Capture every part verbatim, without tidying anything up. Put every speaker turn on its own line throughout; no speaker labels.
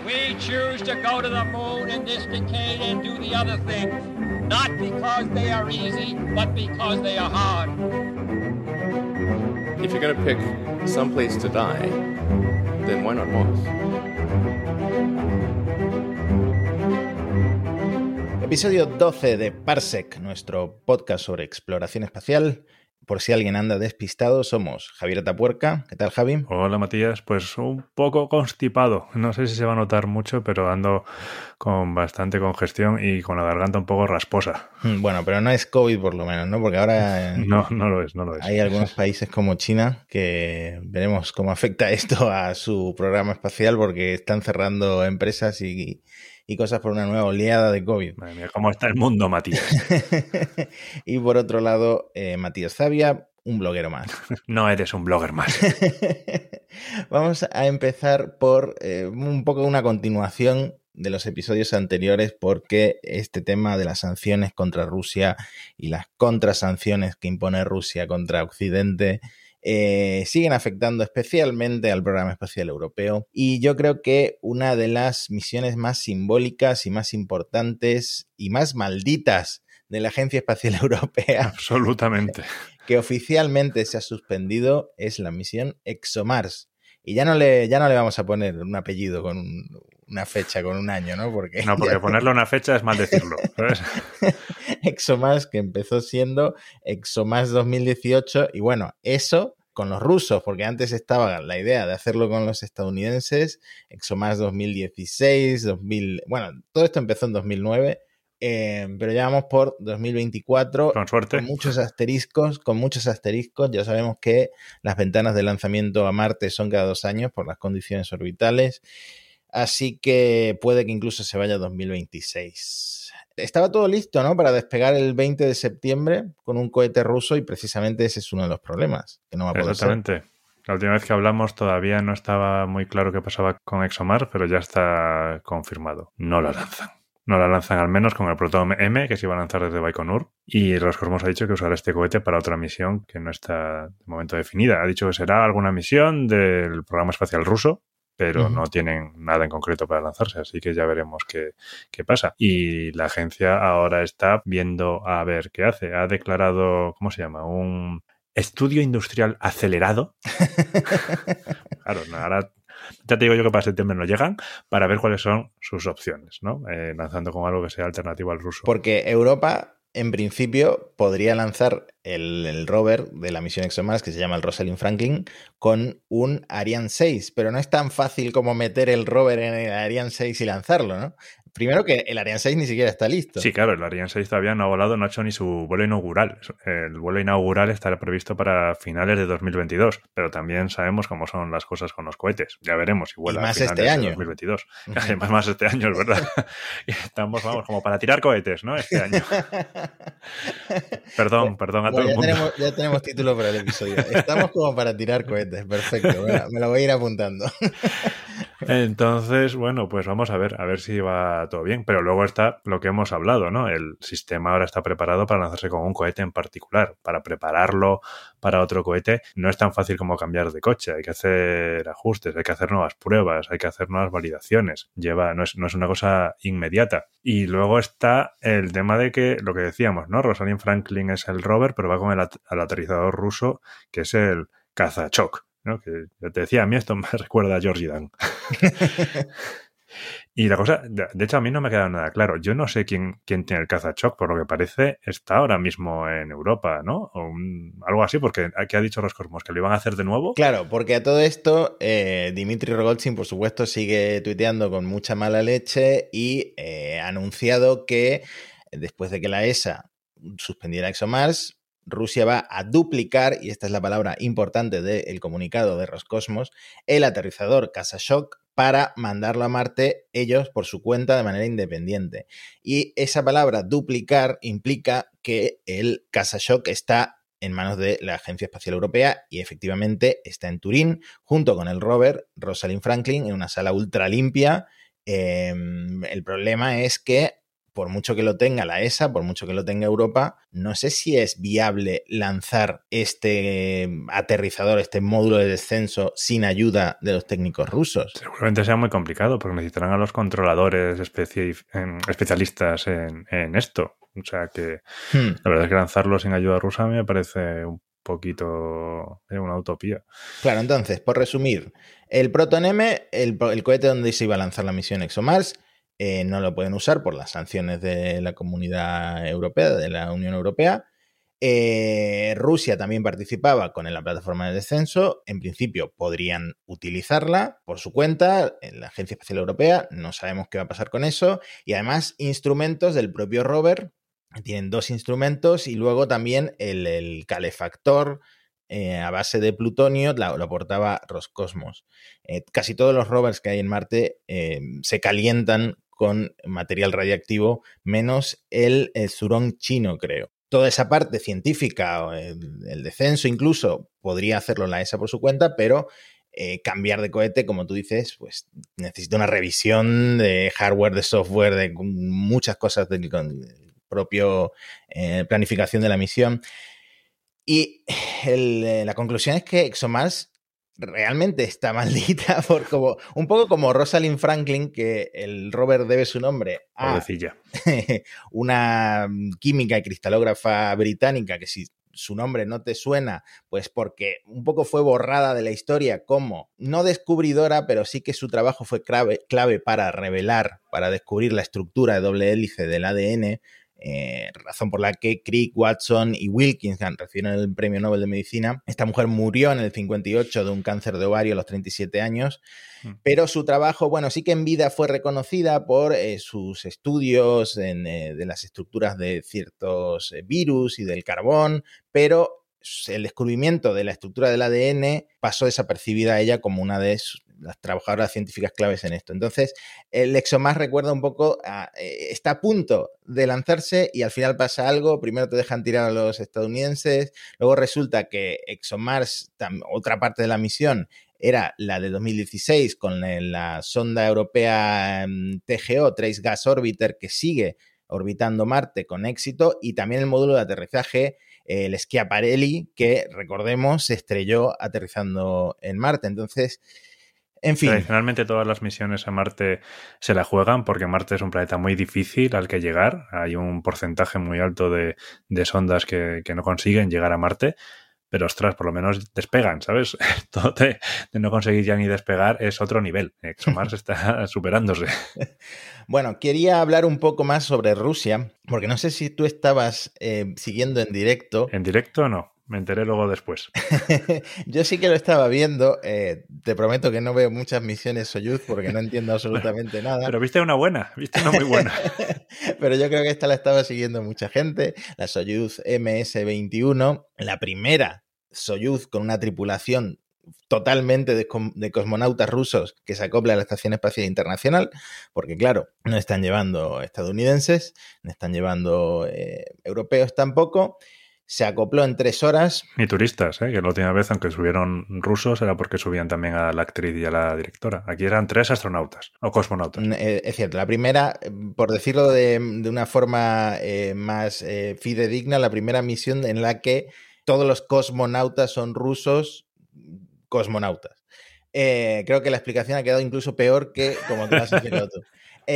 We choose to go to the moon in this decade and do the other things, not because they are easy, but because they are hard.
If you're going to pick some place to die, then why not Mars?
Episodio doce de Parsec, nuestro podcast sobre exploración espacial. Por si alguien anda despistado, somos Javier Atapuerca. ¿Qué tal, Javi?
Hola, Matías. Pues un poco constipado. No sé si se va a notar mucho, pero ando con bastante congestión y con la garganta un poco rasposa.
Bueno, pero no es COVID por lo menos, ¿no? Porque ahora eh,
no, no lo es, no lo es.
Hay algunos países como China que veremos cómo afecta esto a su programa espacial porque están cerrando empresas y... y cosas por una nueva oleada de COVID.
Madre mía, ¿cómo está el mundo, Matías?
Y por otro lado, eh, Matías Zavia, un bloguero más.
No eres un blogger más.
Vamos a empezar por eh, un poco una continuación de los episodios anteriores, porque este tema de las sanciones contra Rusia y las contrasanciones que impone Rusia contra Occidente Eh, siguen afectando especialmente al programa espacial europeo, y yo creo que una de las misiones más simbólicas y más importantes y más malditas de la Agencia Espacial Europea,
absolutamente,
que oficialmente se ha suspendido, es la misión ExoMars. Y ya no le, ya no le vamos a poner un apellido con un, una fecha, con un año, ¿no? Porque
no, porque ya... ponerle una fecha es maldecirlo, ¿sabes?
ExoMars, que empezó siendo ExoMars dos mil dieciocho, y bueno, eso con los rusos, porque antes estaba la idea de hacerlo con los estadounidenses, ExoMars dos mil dieciséis, dos mil, bueno, todo esto empezó en dos mil nueve, eh, pero ya vamos por dos mil veinticuatro.
Con suerte.
Con muchos asteriscos, con muchos asteriscos. Ya sabemos que las ventanas de lanzamiento a Marte son cada dos años por las condiciones orbitales, así que puede que incluso se vaya a dos mil veintiséis. Estaba todo listo, ¿no?, para despegar el veinte de septiembre con un cohete ruso, y precisamente ese es uno de los problemas, que no va a poder
Exactamente.
ser.
La última vez que hablamos todavía no estaba muy claro qué pasaba con ExoMars, pero ya está confirmado. No la lanzan. No la lanzan al menos con el Proton M, que se iba a lanzar desde Baikonur, y Roscosmos ha dicho que usará este cohete para otra misión que no está de momento definida. Ha dicho que será alguna misión del programa espacial ruso, pero uh-huh. no tienen nada en concreto para lanzarse, así que ya veremos qué, qué pasa. Y la agencia ahora está viendo a ver qué hace. Ha declarado, ¿cómo se llama? Un estudio industrial acelerado. Claro, ahora ya te digo yo que para septiembre no llegan, para ver cuáles son sus opciones, ¿no? Eh, lanzando con algo que sea alternativo al ruso.
Porque Europa, en principio, podría lanzar el, el rover de la misión ExoMars, que se llama el Rosalind Franklin, con un Ariane seis, pero no es tan fácil como meter el rover en el Ariane seis y lanzarlo, ¿no? Primero que el Ariane seis ni siquiera está listo.
Sí, claro, el Ariane seis todavía no ha volado, no ha hecho ni su vuelo inaugural. El vuelo inaugural estará previsto para finales de dos mil veintidós, pero también sabemos cómo son las cosas con los cohetes. Ya veremos si vuela
y más
a finales
este año.
de dos mil veintidós. Además, más este año, es verdad. Y estamos, vamos, como para tirar cohetes, ¿no? Este año. Perdón, perdón a
bueno,
todo
ya
el mundo.
Tenemos, ya tenemos título para el episodio. Estamos como para tirar cohetes, perfecto. Me, me lo voy a ir apuntando.
Entonces, bueno, pues vamos a ver, a ver si va todo bien. Pero luego está lo que hemos hablado, ¿no? El sistema ahora está preparado para lanzarse con un cohete en particular. Para prepararlo para otro cohete no es tan fácil como cambiar de coche. Hay que hacer ajustes, hay que hacer nuevas pruebas, hay que hacer nuevas validaciones. Lleva, no es, no es una cosa inmediata. Y luego está el tema de que, lo que decíamos, ¿no? Rosalind Franklin es el rover, pero va con el, at- el aterrizador ruso, que es el Kazachok, ¿no? Que ya te decía, a mí esto me recuerda a Georgie Dan. Y la cosa, de hecho, a mí no me ha quedado nada claro. Yo no sé quién, quién tiene el Kazachok, por lo que parece está ahora mismo en Europa, ¿no? O un, algo así, porque aquí ha dicho Roscosmos que lo iban a hacer de nuevo.
Claro, porque a todo esto, eh, Dmitry Rogozin, por supuesto, sigue tuiteando con mucha mala leche y eh, ha anunciado que después de que la E S A suspendiera ExoMars, Rusia va a duplicar, y esta es la palabra importante del comunicado de Roscosmos, el aterrizador Kazachok para mandarlo a Marte ellos por su cuenta de manera independiente. Y esa palabra duplicar implica que el Kazachok está en manos de la Agencia Espacial Europea y efectivamente está en Turín junto con el rover Rosalind Franklin en una sala ultra limpia. Eh, el problema es que por mucho que lo tenga la E S A, por mucho que lo tenga Europa, no sé si es viable lanzar este aterrizador, este módulo de descenso sin ayuda de los técnicos rusos.
Seguramente sea muy complicado porque necesitarán a los controladores especi- en, especialistas en, en esto. O sea que hmm. la verdad es que lanzarlo sin ayuda rusa a mí me parece un poquito eh, una utopía.
Claro, entonces, por resumir, el Proton M, el, el cohete donde se iba a lanzar la misión ExoMars, eh, no lo pueden usar por las sanciones de la Comunidad Europea, de la Unión Europea. Eh, Rusia también participaba con la plataforma de descenso. En principio podrían utilizarla por su cuenta en la Agencia Espacial Europea. No sabemos qué va a pasar con eso. Y además instrumentos del propio rover. Tienen dos instrumentos y luego también el, el calefactor eh, a base de plutonio la, lo aportaba Roscosmos. Eh, casi todos los rovers que hay en Marte eh, se calientan con material radiactivo, menos el, el Zhurong chino, creo. Toda esa parte científica, el, el descenso incluso, podría hacerlo la E S A por su cuenta, pero eh, cambiar de cohete, como tú dices, pues necesita una revisión de hardware, de software, de muchas cosas del propio eh, planificación de la misión. Y el, la conclusión es que ExoMars realmente está maldita, por como, un poco como Rosalind Franklin, que el rover debe su nombre a una química y cristalógrafa británica, que si su nombre no te suena, pues porque un poco fue borrada de la historia como no descubridora, pero sí que su trabajo fue clave, clave para revelar, para descubrir la estructura de doble hélice del A D N, Eh, razón por la que Crick, Watson y Wilkins recibieron el premio Nobel de Medicina. Esta mujer murió en el cincuenta y ocho de un cáncer de ovario a los treinta y siete años, mm. pero su trabajo, bueno, sí que en vida fue reconocida por eh, sus estudios en, eh, de las estructuras de ciertos eh, virus y del carbón, pero el descubrimiento de la estructura del A D N pasó desapercibida a ella como una de sus, las trabajadoras científicas claves en esto. Entonces, el ExoMars recuerda un poco, a, eh, está a punto de lanzarse y al final pasa algo. Primero te dejan tirar a los estadounidenses, luego resulta que ExoMars, tam, otra parte de la misión, era la de dos mil dieciséis con la sonda europea T G O, Trace Gas Orbiter, que sigue orbitando Marte con éxito, y también el módulo de aterrizaje, el Schiaparelli, que recordemos se estrelló aterrizando en Marte. Entonces, en fin.
Tradicionalmente todas las misiones a Marte se la juegan porque Marte es un planeta muy difícil al que llegar. Hay un porcentaje muy alto de, de sondas que, que no consiguen llegar a Marte. Pero, ostras, por lo menos despegan, ¿sabes? Todo de, de no conseguir ya ni despegar es otro nivel. ExoMars está superándose.
Bueno, quería hablar un poco más sobre Rusia, porque no sé si tú estabas eh, siguiendo en directo.
En directo no, me enteré luego después.
Yo sí que lo estaba viendo. Eh, te prometo que no veo muchas misiones Soyuz porque no entiendo absolutamente nada.
Pero viste una buena, viste una muy buena.
Pero yo creo que esta la estaba siguiendo mucha gente. La Soyuz eme ese veintiuno, la primera Soyuz con una tripulación totalmente de, de cosmonautas rusos que se acopla a la Estación Espacial Internacional, porque claro, no están llevando estadounidenses, no están llevando eh, europeos tampoco. Se acopló en tres horas.
Ni turistas, ¿eh? Que la última vez, aunque subieron rusos, era porque subían también a la actriz y a la directora. Aquí eran tres astronautas o cosmonautas.
Es cierto, la primera, por decirlo de, de una forma eh, más eh, fidedigna, la primera misión en la que todos los cosmonautas son rusos, cosmonautas. Eh, creo que la explicación ha quedado incluso peor que como te lo has explicado tú.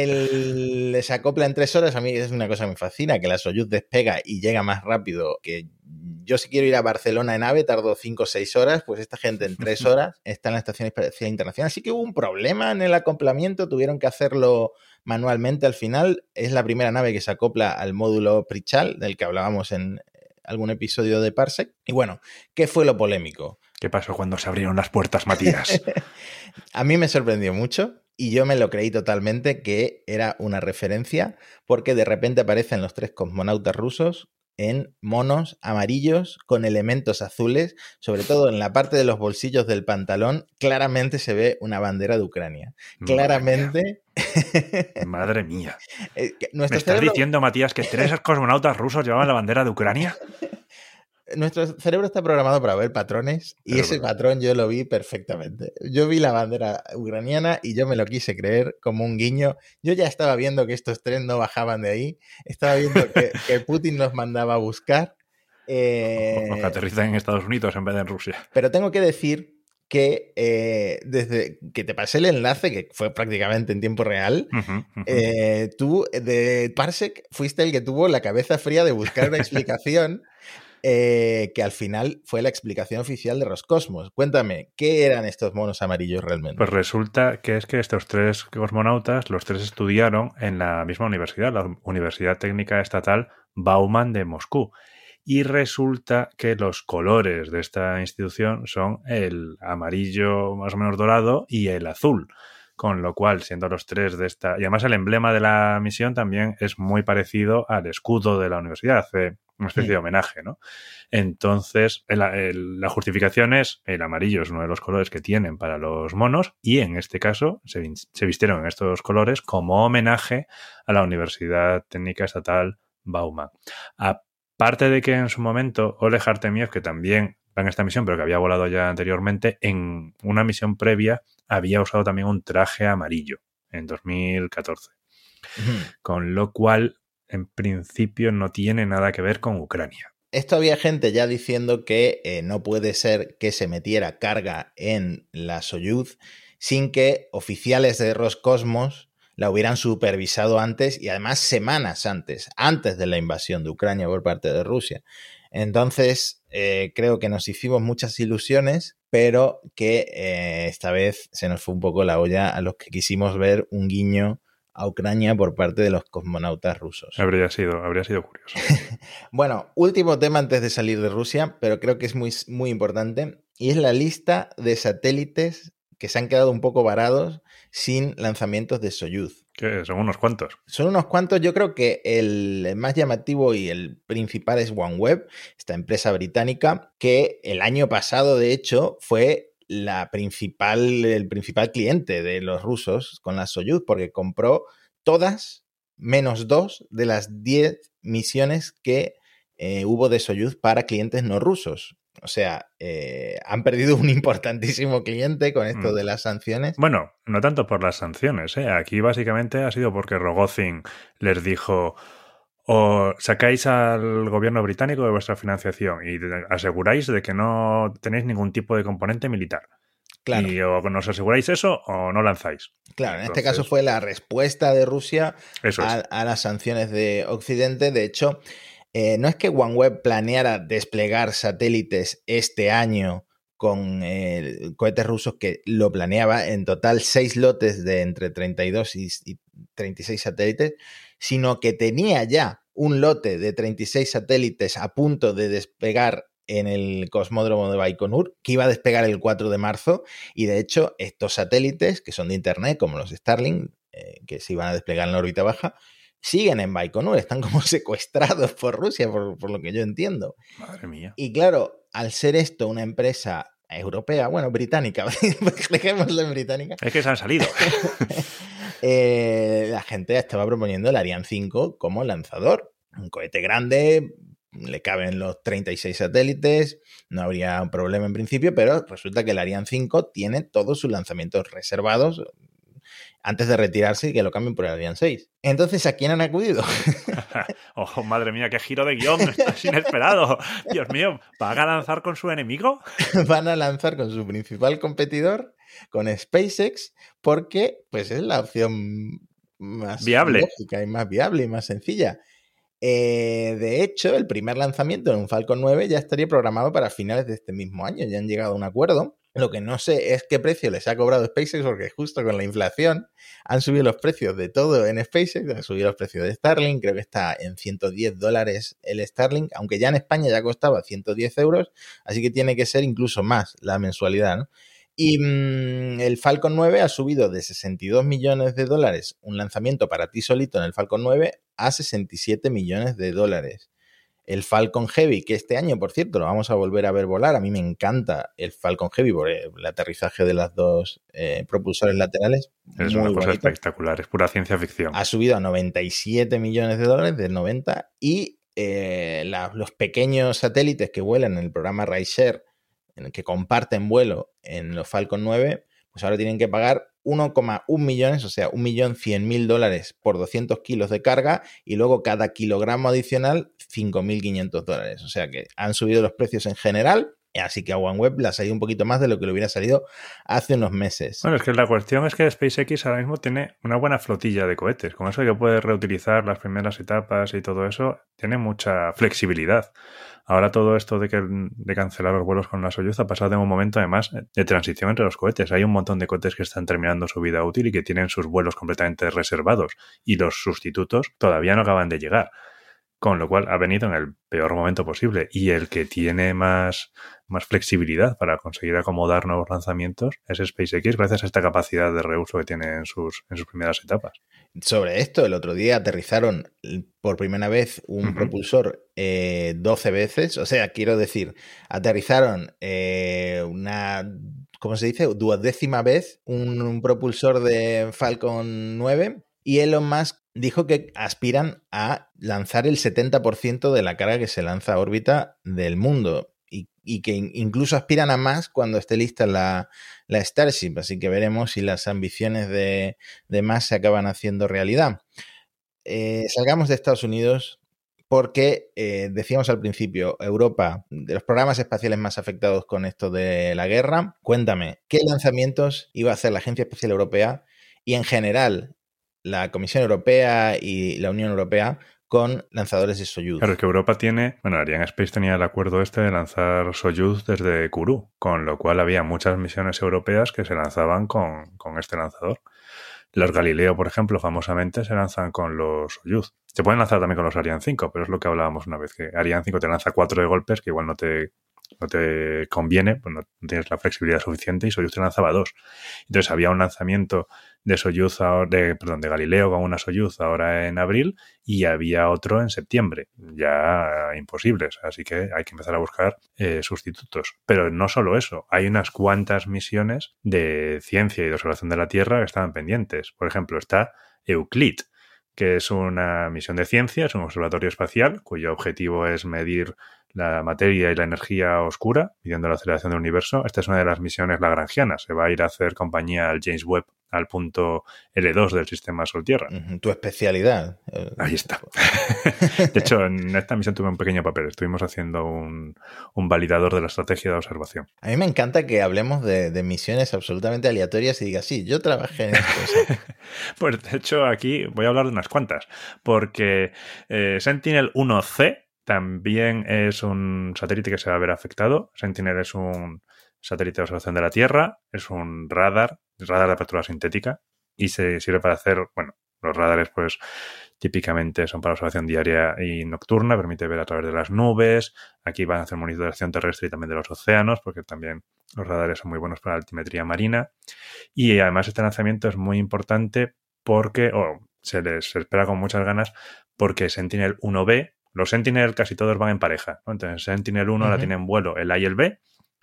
El se acopla en tres horas, a mí es una cosa que me fascina, que la Soyuz despega y llega más rápido que yo. Si quiero ir a Barcelona en AVE tardo cinco o seis horas, pues esta gente en tres horas está en la Estación Espacial Internacional. Así que hubo un problema en el acoplamiento, tuvieron que hacerlo manualmente al final. Es la primera nave que se acopla al módulo Prichal, del que hablábamos en algún episodio de Parsec. Y bueno, ¿qué fue lo polémico?
¿Qué pasó cuando se abrieron las puertas, Matías?
A mí me sorprendió mucho. Y yo me lo creí totalmente que era una referencia, porque de repente aparecen los tres cosmonautas rusos en monos amarillos con elementos azules, sobre todo en la parte de los bolsillos del pantalón, claramente se ve una bandera de Ucrania.
Madre
claramente...
Mía. Madre mía.
Eh,
¿Me estás
cerebro...
diciendo, Matías, que tres cosmonautas rusos llevaban la bandera de Ucrania?
nuestro cerebro está programado para ver patrones y
Pero
ese
bueno.
patrón yo lo vi perfectamente. Yo vi la bandera ucraniana y yo me lo quise creer como un guiño. Yo ya estaba viendo que estos tres no bajaban de ahí. Estaba viendo que, que Putin los mandaba a buscar. Eh,
O que aterrizan en Estados Unidos en vez de en Rusia.
pero tengo que decir que eh, desde que te pasé el enlace, que fue prácticamente en tiempo real,
Uh-huh, uh-huh.
eh, tú de Parsec fuiste el que tuvo la cabeza fría de buscar una explicación eh, que al final fue la explicación oficial de Roscosmos. Cuéntame, ¿qué eran estos monos amarillos realmente?
Pues resulta que es que estos tres cosmonautas, los tres estudiaron en la misma universidad, la Universidad Técnica Estatal Bauman de Moscú. Y resulta que los colores de esta institución son el amarillo más o menos dorado y el azul. Con lo cual, siendo los tres de esta... Y además el emblema de la misión también es muy parecido al escudo de la universidad, hace una especie de homenaje, ¿no? Entonces, el, el, la justificación es el amarillo es uno de los colores que tienen para los monos y en este caso se, se vistieron en estos colores como homenaje a la Universidad Técnica Estatal Bauman. A Aparte de que en su momento Oleg Artemiev, que también va en esta misión, pero que había volado ya anteriormente, en una misión previa había usado también un traje amarillo en dos mil catorce. Uh-huh. Con lo cual, en principio, no tiene nada que ver con Ucrania.
Esto había gente ya diciendo que eh, no puede ser que se metiera carga en la Soyuz sin que oficiales de Roscosmos la hubieran supervisado antes y además semanas antes, antes de la invasión de Ucrania por parte de Rusia. Entonces, eh, creo que nos hicimos muchas ilusiones, pero que eh, esta vez se nos fue un poco la olla a los que quisimos ver un guiño a Ucrania por parte de los cosmonautas rusos.
Habría sido, habría sido curioso.
Bueno, último tema antes de salir de Rusia, pero creo que es muy, muy importante, y es la lista de satélites que se han quedado un poco varados sin lanzamientos de Soyuz.
¿Qué? Son unos cuantos.
Son unos cuantos. Yo creo que el más llamativo y el principal es OneWeb, esta empresa británica, que el año pasado, de hecho, fue la principal, el principal cliente de los rusos con la Soyuz, porque compró todas, menos dos, de las diez misiones que eh, hubo de Soyuz para clientes no rusos. O sea, eh, han perdido un importantísimo cliente con esto de las sanciones.
Bueno, no tanto por las sanciones, ¿eh? Aquí básicamente ha sido porque Rogozin les dijo: o sacáis al gobierno británico de vuestra financiación y aseguráis de que no tenéis ningún tipo de componente militar. Claro. Y o nos aseguráis eso o no lanzáis.
Claro, en Entonces, este caso fue la respuesta de Rusia
eso
a,
es.
a las sanciones de Occidente. De hecho, Eh, no es que OneWeb planeara desplegar satélites este año con eh, cohetes rusos, que lo planeaba en total seis lotes de entre treinta y dos y treinta y seis satélites, sino que tenía ya un lote de treinta y seis satélites a punto de despegar en el cosmódromo de Baikonur, que iba a despegar el cuatro de marzo, y de hecho estos satélites, que son de internet, como los Starlink, eh, que se iban a desplegar en la órbita baja, siguen en Baikonur, están como secuestrados por Rusia, por, por lo que yo entiendo.
Madre mía.
Y claro, al ser esto una empresa europea, bueno, británica, dejémoslo en británica.
Es que se han salido.
eh, la gente estaba proponiendo el Ariane cinco como lanzador. Un cohete grande, le caben los treinta y seis satélites, no habría un problema en principio, pero resulta que el Ariane cinco tiene todos sus lanzamientos reservados antes de retirarse y que lo cambien por el Ariane seis. Entonces, ¿a quién han acudido?
Oh, madre mía, qué giro de guión, esto es inesperado. Dios mío, ¿van a lanzar con su enemigo?
Van a lanzar con su principal competidor, con SpaceX, porque pues es la opción más
viable,
lógica y más viable y más sencilla. Eh, de hecho, el primer lanzamiento en un Falcon nueve ya estaría programado para finales de este mismo año. Ya han llegado a un acuerdo. Lo que no sé es qué precio les ha cobrado SpaceX, porque justo con la inflación han subido los precios de todo en SpaceX, han subido los precios de Starlink, creo que está en ciento diez dólares el Starlink, aunque ya en España ya costaba ciento diez euros, así que tiene que ser incluso más la mensualidad, ¿no? Y mmm, el Falcon nueve ha subido de sesenta y dos millones de dólares, un lanzamiento para ti solito en el Falcon nueve, a sesenta y siete millones de dólares. El Falcon Heavy, que este año, por cierto, lo vamos a volver a ver volar. A mí me encanta el Falcon Heavy por el aterrizaje de las dos eh, propulsores laterales.
Es muy una cosa bonito. Espectacular, es pura ciencia ficción.
Ha subido a noventa y siete millones de dólares, del noventa, y eh, la, los pequeños satélites que vuelan en el programa Rideshare, en el que comparten vuelo en los Falcon nueve, pues ahora tienen que pagar uno coma uno millones, o sea, un millón cien mil dólares por doscientos kilos de carga y luego cada kilogramo adicional cinco mil quinientos dólares. O sea que han subido los precios en general, así que a OneWeb le ha salido un poquito más de lo que le hubiera salido hace unos meses.
Bueno, es que la cuestión es que SpaceX ahora mismo tiene una buena flotilla de cohetes. Con eso que puede reutilizar las primeras etapas y todo eso, tiene mucha flexibilidad. Ahora todo esto de, que, de cancelar los vuelos con la Soyuz ha pasado de un momento además de transición entre los cohetes. Hay un montón de cohetes que están terminando su vida útil y que tienen sus vuelos completamente reservados y los sustitutos todavía no acaban de llegar. Con lo cual ha venido en el peor momento posible. Y el que tiene más, más flexibilidad para conseguir acomodar nuevos lanzamientos es SpaceX, gracias a esta capacidad de reuso que tiene en sus, en sus primeras etapas.
Sobre esto, el otro día aterrizaron por primera vez un uh-huh. propulsor eh, doce veces. O sea, quiero decir, aterrizaron eh, una... ¿Cómo se dice? Duodécima vez un, un propulsor de Falcon nueve. Y Elon Musk dijo que aspiran a lanzar el setenta por ciento de la carga que se lanza a órbita del mundo y, y que incluso aspiran a más cuando esté lista la, la Starship. Así que veremos si las ambiciones de, de Musk se acaban haciendo realidad. Eh, salgamos de Estados Unidos porque eh, decíamos al principio, Europa, de los programas espaciales más afectados con esto de la guerra. Cuéntame, ¿qué lanzamientos iba a hacer la Agencia Espacial Europea y en general la Comisión Europea y la Unión Europea con lanzadores de Soyuz?
Claro, es que Europa tiene... Bueno, Arianespace tenía el acuerdo este de lanzar Soyuz desde Kourou, con lo cual había muchas misiones europeas que se lanzaban con, con este lanzador. Los Galileo, por ejemplo, famosamente se lanzan con los Soyuz. Se pueden lanzar también con los Ariane cinco, pero es lo que hablábamos una vez, que Ariane cinco te lanza cuatro de golpes, que igual no te... no te conviene, pues no tienes la flexibilidad suficiente, y Soyuz te lanzaba dos. Entonces había un lanzamiento de Soyuz, de, perdón, de Galileo con una Soyuz ahora en abril y había otro en septiembre, ya imposibles, así que hay que empezar a buscar eh, sustitutos. Pero no solo eso, hay unas cuantas misiones de ciencia y de observación de la Tierra que estaban pendientes. Por ejemplo, está Euclid, que es una misión de ciencia, es un observatorio espacial cuyo objetivo es medir la materia y la energía oscura, midiendo la aceleración del universo. Esta es una de las misiones lagrangianas. Se va a ir a hacer compañía al James Webb, al punto L dos del sistema Sol-Tierra.
Tu especialidad.
Ahí está. De hecho, en esta misión tuve un pequeño papel. Estuvimos haciendo un, un validador de la estrategia de observación.
A mí me encanta que hablemos de, de misiones absolutamente aleatorias y digas, sí, yo trabajé en esto.
Pues, de hecho, aquí voy a hablar de unas cuantas. Porque eh, Sentinel uno C también es un satélite que se va a ver afectado. Sentinel es un satélite de observación de la Tierra, es un radar, radar de apertura sintética, y se sirve para hacer, bueno, los radares pues típicamente son para observación diaria y nocturna, permite ver a través de las nubes. Aquí van a hacer monitoración terrestre y también de los océanos, porque también los radares son muy buenos para la altimetría marina. Y además este lanzamiento es muy importante porque, o oh, se les se espera con muchas ganas, porque Sentinel uno B, los Sentinel casi todos van en pareja, ¿no? Entonces Sentinel uno uh-huh. la tiene en vuelo el A y el B.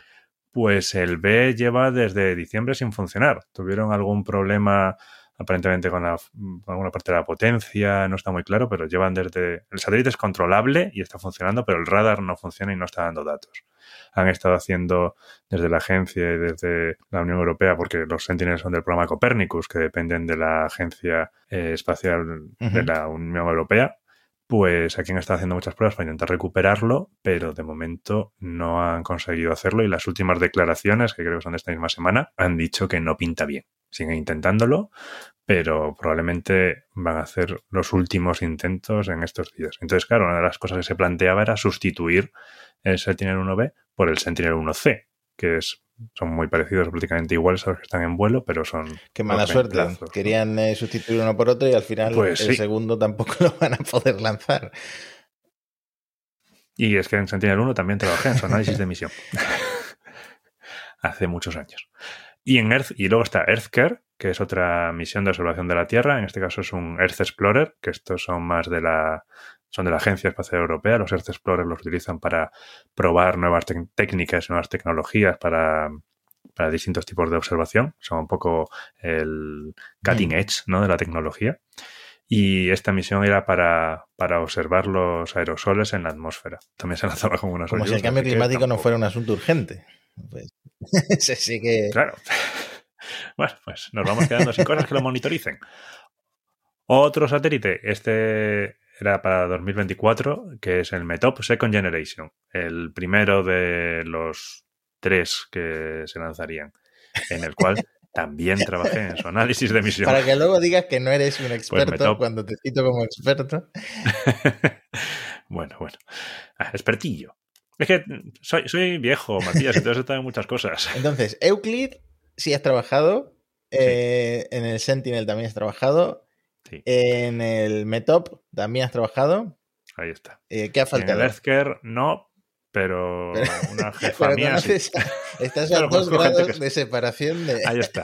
Pues el B lleva desde diciembre sin funcionar. Tuvieron algún problema aparentemente con, la, con alguna parte de la potencia, no está muy claro, pero llevan desde... El satélite es controlable y está funcionando, pero el radar no funciona y no está dando datos. Han estado haciendo desde la agencia y desde la Unión Europea, porque los Sentinel son del programa Copernicus, que dependen de la Agencia eh, Espacial uh-huh. de la Unión Europea. Pues aquí han estado haciendo muchas pruebas para intentar recuperarlo, pero de momento no han conseguido hacerlo y las últimas declaraciones, que creo que son de esta misma semana, han dicho que no pinta bien. Siguen intentándolo, pero probablemente van a hacer los últimos intentos en estos días. Entonces, claro, una de las cosas que se planteaba era sustituir el Sentinel uno B por el Sentinel uno C, que es... son muy parecidos, prácticamente iguales a los que están en vuelo, pero son...
Qué mala suerte. Plazos, Querían ¿no? eh, sustituir uno por otro y al final pues el sí. segundo tampoco lo van a poder lanzar.
Y es que en Sentinel uno también trabajé en su análisis de misión. Hace muchos años. Y en Earth, y luego está EarthCare, que es otra misión de observación de la Tierra. En este caso es un Earth Explorer, que estos son más de la... son de la Agencia Espacial Europea. Los Earth Explorers los utilizan para probar nuevas te- técnicas, nuevas tecnologías para, para distintos tipos de observación. Son un poco el cutting edge, ¿no?, de la tecnología. Y esta misión era para, para observar los aerosoles en la atmósfera. También se lanzaba con una
Como
Soyuz,
si el cambio
así que
climático no
tampoco-
fuera un asunto urgente. Pues, se sigue...
Claro. Bueno, pues nos vamos quedando sin cosas que lo monitoricen. Otro satélite, este era para dos mil veinticuatro, que es el METOP Second Generation, el primero de los tres que se lanzarían, en el cual también trabajé en su análisis de misión.
Para que luego digas que no eres un experto
Metop.
cuando te cito como experto.
Bueno, bueno. Ah, expertillo. Es que soy, soy viejo, Matías, entonces he estado en muchas cosas.
Entonces, Euclid sí has trabajado. Eh, en el Sentinel también has trabajado.
Sí,
En el Metop también has trabajado.
ahí está.
Eh, ¿Qué ha
Y en
faltado?
el Healthcare no, pero
Pero-
una jefa
Pero
mía sí.
conoces, a- estás a
Pero
dos
conozco gente
grados
que-
de separación de...
Ahí está.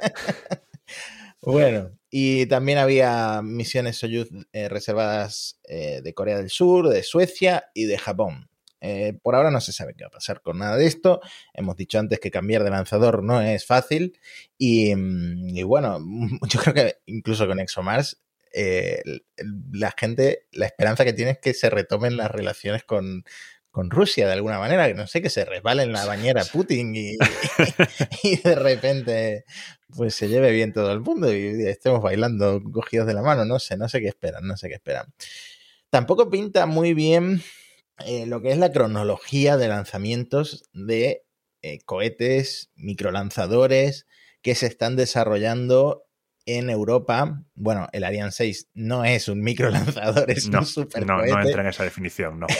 Bueno, y también había misiones Soyuz eh, reservadas eh, de Corea del Sur, de Suecia y de Japón. Eh, por ahora no se sabe qué va a pasar con nada de esto. Hemos dicho antes que cambiar de lanzador no es fácil. Y, y bueno, yo creo que incluso con ExoMars, eh, la gente, la esperanza que tiene es que se retomen las relaciones con, con Rusia de alguna manera, que no sé, que se resbale en la bañera Putin y, y de repente pues se lleve bien todo el mundo y estemos bailando cogidos de la mano. No sé, no sé qué esperan, no sé qué esperan. Tampoco pinta muy bien eh, lo que es la cronología de lanzamientos de eh, cohetes, microlanzadores que se están desarrollando en Europa. Bueno, el Ariane seis no es un microlanzador, es
No,
un supercohete.
no, no entra en esa definición, no.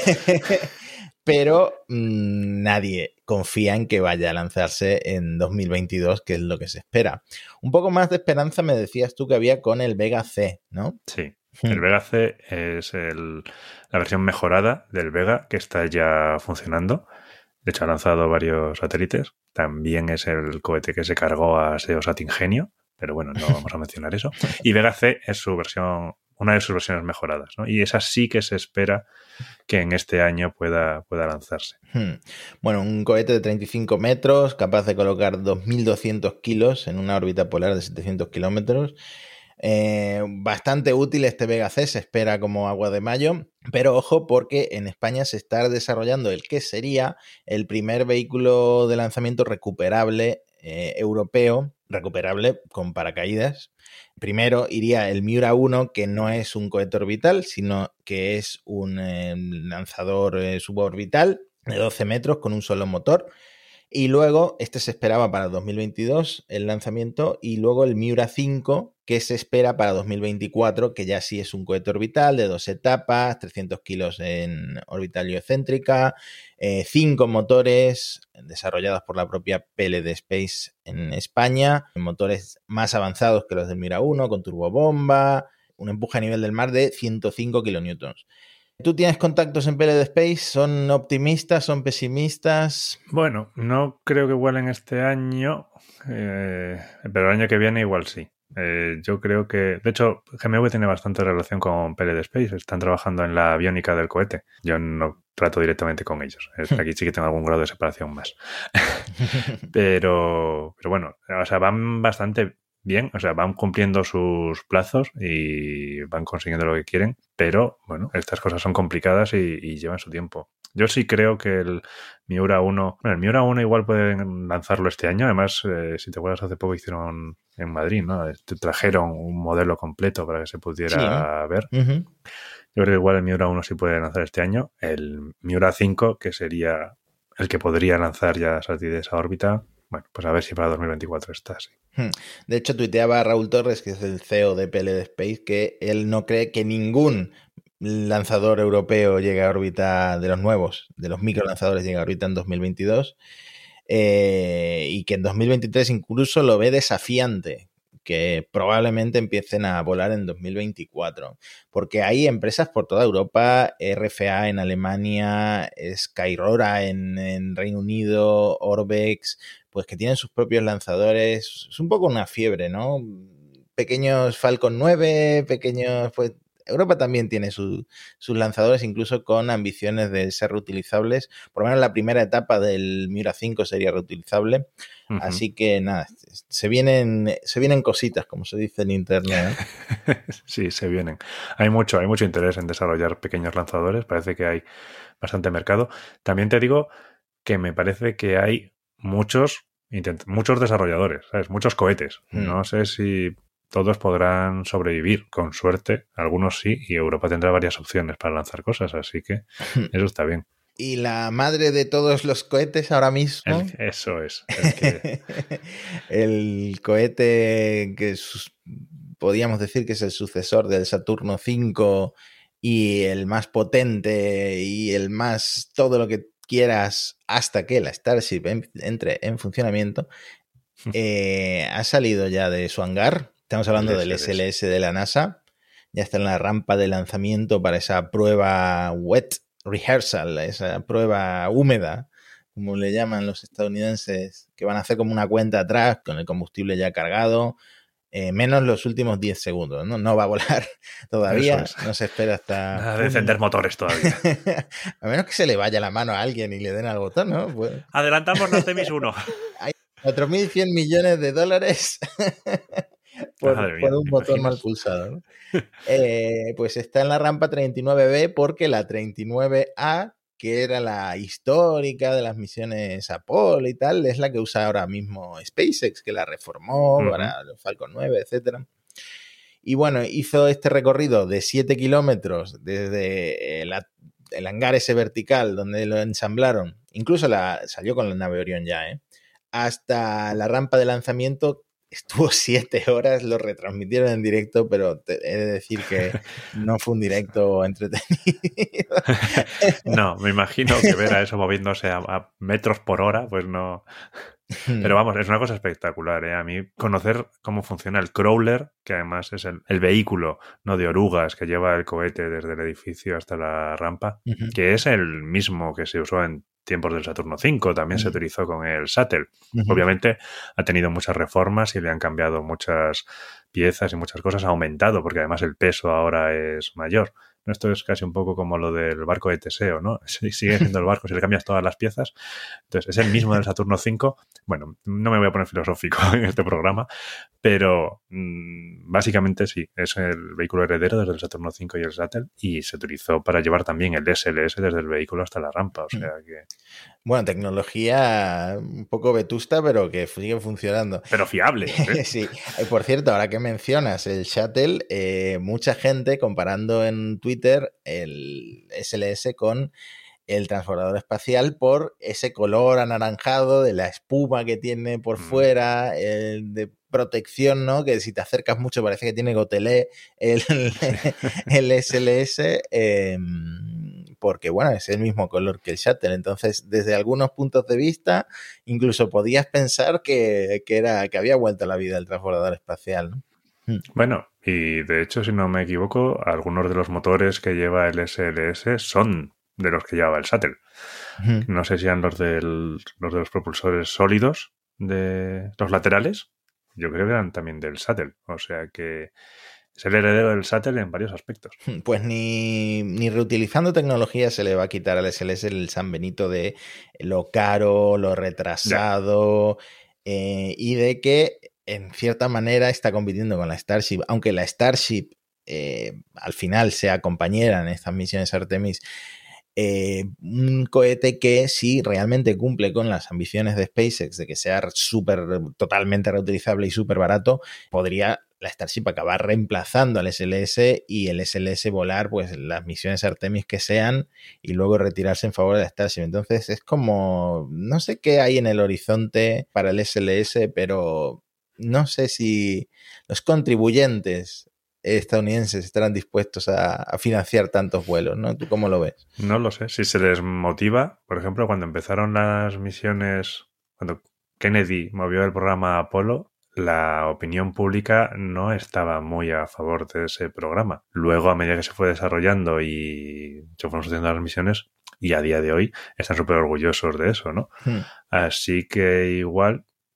Pero mmm, nadie confía en que vaya a lanzarse en dos mil veintidós, que es lo que se espera. Un poco más de esperanza me decías tú que había con el Vega C, ¿no?
Sí. El Vega C es el, la versión mejorada del Vega que está ya funcionando. De hecho, ha lanzado varios satélites. También es el cohete que se cargó a Seosat Ingenio, pero bueno, no vamos a mencionar eso. Y Vega C es su versión, una de sus versiones mejoradas, ¿no? Y esa sí que se espera que en este año pueda, pueda lanzarse.
Hmm. Bueno, un cohete de treinta y cinco metros, capaz de colocar dos mil doscientos kilos en una órbita polar de setecientos kilómetros. Eh, bastante útil este Vega C, se espera como agua de mayo, pero ojo porque en España se está desarrollando el que sería el primer vehículo de lanzamiento recuperable eh, europeo, recuperable con paracaídas. Primero iría el Miura uno, que no es un cohete orbital, sino que es un eh, lanzador eh, suborbital de doce metros con un solo motor. Y luego, este se esperaba para dos mil veintidós, el lanzamiento, y luego el Miura cinco, que se espera para dos mil veinticuatro, que ya sí es un cohete orbital de dos etapas, trescientos kilos en orbital geocéntrica, eh, cinco motores desarrollados por la propia P L D Space en España, motores más avanzados que los del Miura uno, con turbobomba, un empuje a nivel del mar de ciento cinco kilonewtons. ¿Tú tienes contactos en P L D Space? ¿Son optimistas? ¿Son pesimistas?
Bueno, no creo que vuelen este año, eh, pero el año que viene igual sí. Eh, yo creo que... De hecho, G M V tiene bastante relación con P L D Space. Están trabajando en la aviónica del cohete. Yo no trato directamente con ellos. Aquí sí que tengo algún grado de separación más. pero, pero bueno, o sea, van bastante bien. O sea, van cumpliendo sus plazos y van consiguiendo lo que quieren. Pero, bueno, estas cosas son complicadas y, y llevan su tiempo. Yo sí creo que el Miura uno... Bueno, el Miura uno igual pueden lanzarlo este año. Además, eh, si te acuerdas, hace poco hicieron en Madrid, ¿no? Te trajeron un modelo completo para que se pudiera sí. ver.
Uh-huh.
Yo creo que igual el Miura uno sí puede lanzar este año. El Miura cinco, que sería el que podría lanzar ya satélites a órbita, bueno, pues a ver si para dos mil veinticuatro está así.
De hecho, tuiteaba Raúl Torres, que es el C E O de P L D Space, que él no cree que ningún lanzador europeo llegue a órbita de los nuevos, de los microlanzadores llegue a órbita en dos mil veintidós, eh, y que en dos mil veintitrés incluso lo ve desafiante, que probablemente empiecen a volar en dos mil veinticuatro, porque hay empresas por toda Europa, R F A en Alemania, Skyrora en, en Reino Unido, Orbex, pues que tienen sus propios lanzadores. Es un poco una fiebre, ¿no? Pequeños Falcon nueve, pequeños, pues Europa también tiene su, sus lanzadores, incluso con ambiciones de ser reutilizables. Por lo menos la primera etapa del Miura cinco sería reutilizable. Uh-huh. Así que nada, se vienen, se vienen cositas, como se dice en internet, ¿eh?
Sí, se vienen. Hay mucho, hay mucho interés en desarrollar pequeños lanzadores. Parece que hay bastante mercado. También te digo que me parece que hay muchos, intent- muchos desarrolladores, ¿sabes? Muchos cohetes. Mm. No sé si todos podrán sobrevivir. Con suerte, algunos sí, y Europa tendrá varias opciones para lanzar cosas, así que eso está bien.
Y la madre de todos los cohetes ahora mismo...
El, eso es. El, que...
el cohete que sus, podríamos decir que es el sucesor del Saturno cinco y el más potente y el más todo lo que quieras hasta que la Starship en, entre en funcionamiento, eh, ha salido ya de su hangar. Estamos hablando del S L S de la NASA. Ya está en la rampa de lanzamiento para esa prueba wet rehearsal, esa prueba húmeda, como le llaman los estadounidenses, que van a hacer como una cuenta atrás con el combustible ya cargado, eh, menos los últimos diez segundos, ¿no? No va a volar todavía, es. No se espera hasta...
Nada de encender motores todavía.
A menos que se le vaya la mano a alguien y le den al botón, ¿no? Pues...
Adelantamos la Artemis uno.
Hay cuatro mil cien millones de dólares... Por, mía, por un botón mal pulsado, ¿no? eh, pues está en la rampa treinta y nueve B porque la treinta y nueve A, que era la histórica de las misiones Apolo y tal, es la que usa ahora mismo SpaceX, que la reformó uh-huh. para los Falcon nueve, etcétera. Y bueno, hizo este recorrido de siete kilómetros desde la, el hangar ese vertical donde lo ensamblaron, incluso la, salió con la nave Orión ya, ¿eh? Hasta la rampa de lanzamiento. Estuvo siete horas, lo retransmitieron en directo, pero te he de decir que no fue un directo entretenido.
No, me imagino que ver a eso moviéndose a, a metros por hora, pues no... Pero vamos, es una cosa espectacular, ¿eh? A mí conocer cómo funciona el crawler, que además es el, el vehículo no de orugas que lleva el cohete desde el edificio hasta la rampa, uh-huh. que es el mismo que se usó en tiempos del Saturno cinco, también uh-huh. se utilizó con el Shuttle. Uh-huh. Obviamente ha tenido muchas reformas y le han cambiado muchas piezas y muchas cosas, ha aumentado porque además el peso ahora es mayor. Esto es casi un poco como lo del barco de Teseo, ¿no? Sigue siendo el barco si le cambias todas las piezas. Entonces, es el mismo del Saturno cinco. Bueno, no me voy a poner filosófico en este programa, pero mmm, básicamente sí, es el vehículo heredero desde el Saturno cinco y el Shuttle, y se utilizó para llevar también el S L S desde el vehículo hasta la rampa, o sea que...
Bueno, tecnología un poco vetusta, pero que sigue funcionando.
Pero fiable, ¿eh?
Sí. Por cierto, ahora que mencionas el Shuttle, eh, mucha gente comparando en Twitter el S L S con el transbordador espacial por ese color anaranjado de la espuma que tiene por mm. fuera, el de protección, ¿no? Que si te acercas mucho parece que tiene gotelé el, el S L S, eh, porque, bueno, es el mismo color que el Shuttle. Entonces, desde algunos puntos de vista, incluso podías pensar que, que, era, que había vuelto a la vida el transbordador espacial, ¿no?
Bueno, y de hecho, si no me equivoco, algunos de los motores que lleva el S L S son de los que llevaba el Shuttle. Uh-huh. No sé si eran los, del, los de los propulsores sólidos de los laterales. Yo creo que eran también del Shuttle. O sea que es el heredero del Shuttle en varios aspectos.
Pues ni, ni reutilizando tecnología se le va a quitar al S L S el San Benito de lo caro, lo retrasado, eh, y de que en cierta manera está compitiendo con la Starship, aunque la Starship eh, al final sea compañera en estas misiones Artemis. Eh, un cohete que si realmente cumple con las ambiciones de SpaceX de que sea súper totalmente reutilizable y súper barato, podría la Starship acabar reemplazando al S L S y el S L S volar pues las misiones Artemis que sean y luego retirarse en favor de la Starship. Entonces es como, no sé qué hay en el horizonte para el S L S, pero no sé si los contribuyentes estadounidenses estarán dispuestos a, a financiar tantos vuelos, ¿no? ¿Tú cómo lo ves?
No lo sé. Si se les motiva, por ejemplo, cuando empezaron las misiones, cuando Kennedy movió el programa Apolo, la opinión pública no estaba muy a favor de ese programa. Luego, a medida que se fue desarrollando y se fueron sucediendo las misiones, y a día de hoy están súper orgullosos de eso, ¿no? Hmm. Así que igual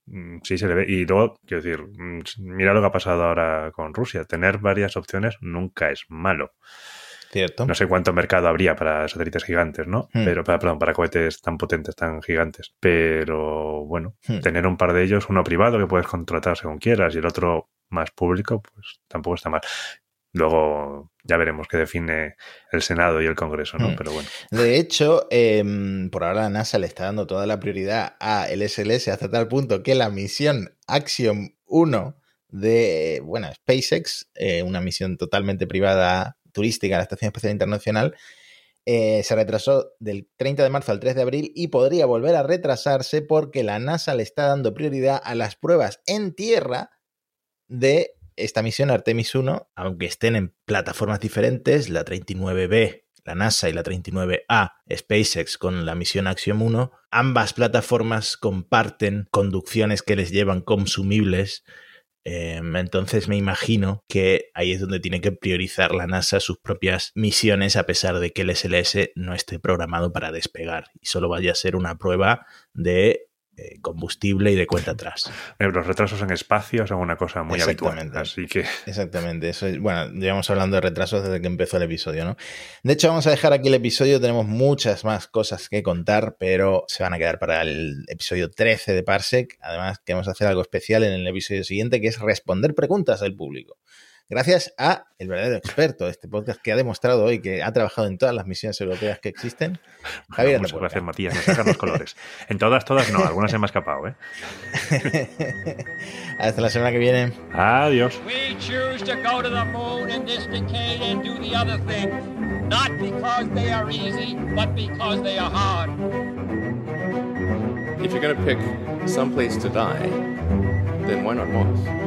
sí se le ve. Y luego, quiero decir, mira lo que ha pasado ahora con Rusia. Tener varias opciones nunca es malo.
Cierto.
No sé cuánto mercado habría para satélites gigantes, ¿no? Hmm. Pero, para, perdón, para cohetes tan potentes, tan gigantes. Pero, bueno, hmm. tener un par de ellos, uno privado que puedes contratar según quieras y el otro más público, pues tampoco está mal. Luego ya veremos qué define el Senado y el Congreso, ¿no? Hmm. Pero bueno.
De hecho, eh, por ahora la NASA le está dando toda la prioridad a el S L S hasta tal punto que la misión Axiom uno de, bueno, SpaceX, eh, una misión totalmente privada turística a la Estación Espacial Internacional, eh, se retrasó del treinta de marzo al tres de abril y podría volver a retrasarse porque la NASA le está dando prioridad a las pruebas en tierra de esta misión Artemis uno, aunque estén en plataformas diferentes, la treinta y nueve B, la NASA, y la treinta y nueve A, SpaceX, con la misión Axiom uno. Ambas plataformas comparten conducciones que les llevan consumibles. Eh, entonces me imagino que ahí es donde tiene que priorizar la NASA sus propias misiones, a pesar de que el S L S no esté programado para despegar y solo vaya a ser una prueba de eh, combustible y de cuenta atrás.
Los retrasos en espacio son una cosa muy habitual, así que...
Exactamente. Eso es, bueno, llevamos hablando de retrasos desde que empezó el episodio, ¿no? De hecho, vamos a dejar aquí el episodio. Tenemos muchas más cosas que contar, pero se van a quedar para el episodio trece de Parsec. Además, queremos hacer algo especial en el episodio siguiente, que es responder preguntas del público. Gracias a el verdadero experto de este podcast que ha demostrado hoy que ha trabajado en todas las misiones europeas que existen.
Javier, muchas gracias, Matías. Me sacan los colores. En todas, todas no. Algunas se me ha escapado, ¿eh?
Hasta la semana que viene.
Adiós.
We choose to go to the moon in this decade and do the other things, not because they are easy, but because they are hard.
If you're going to pick some place to die, then why not Mars?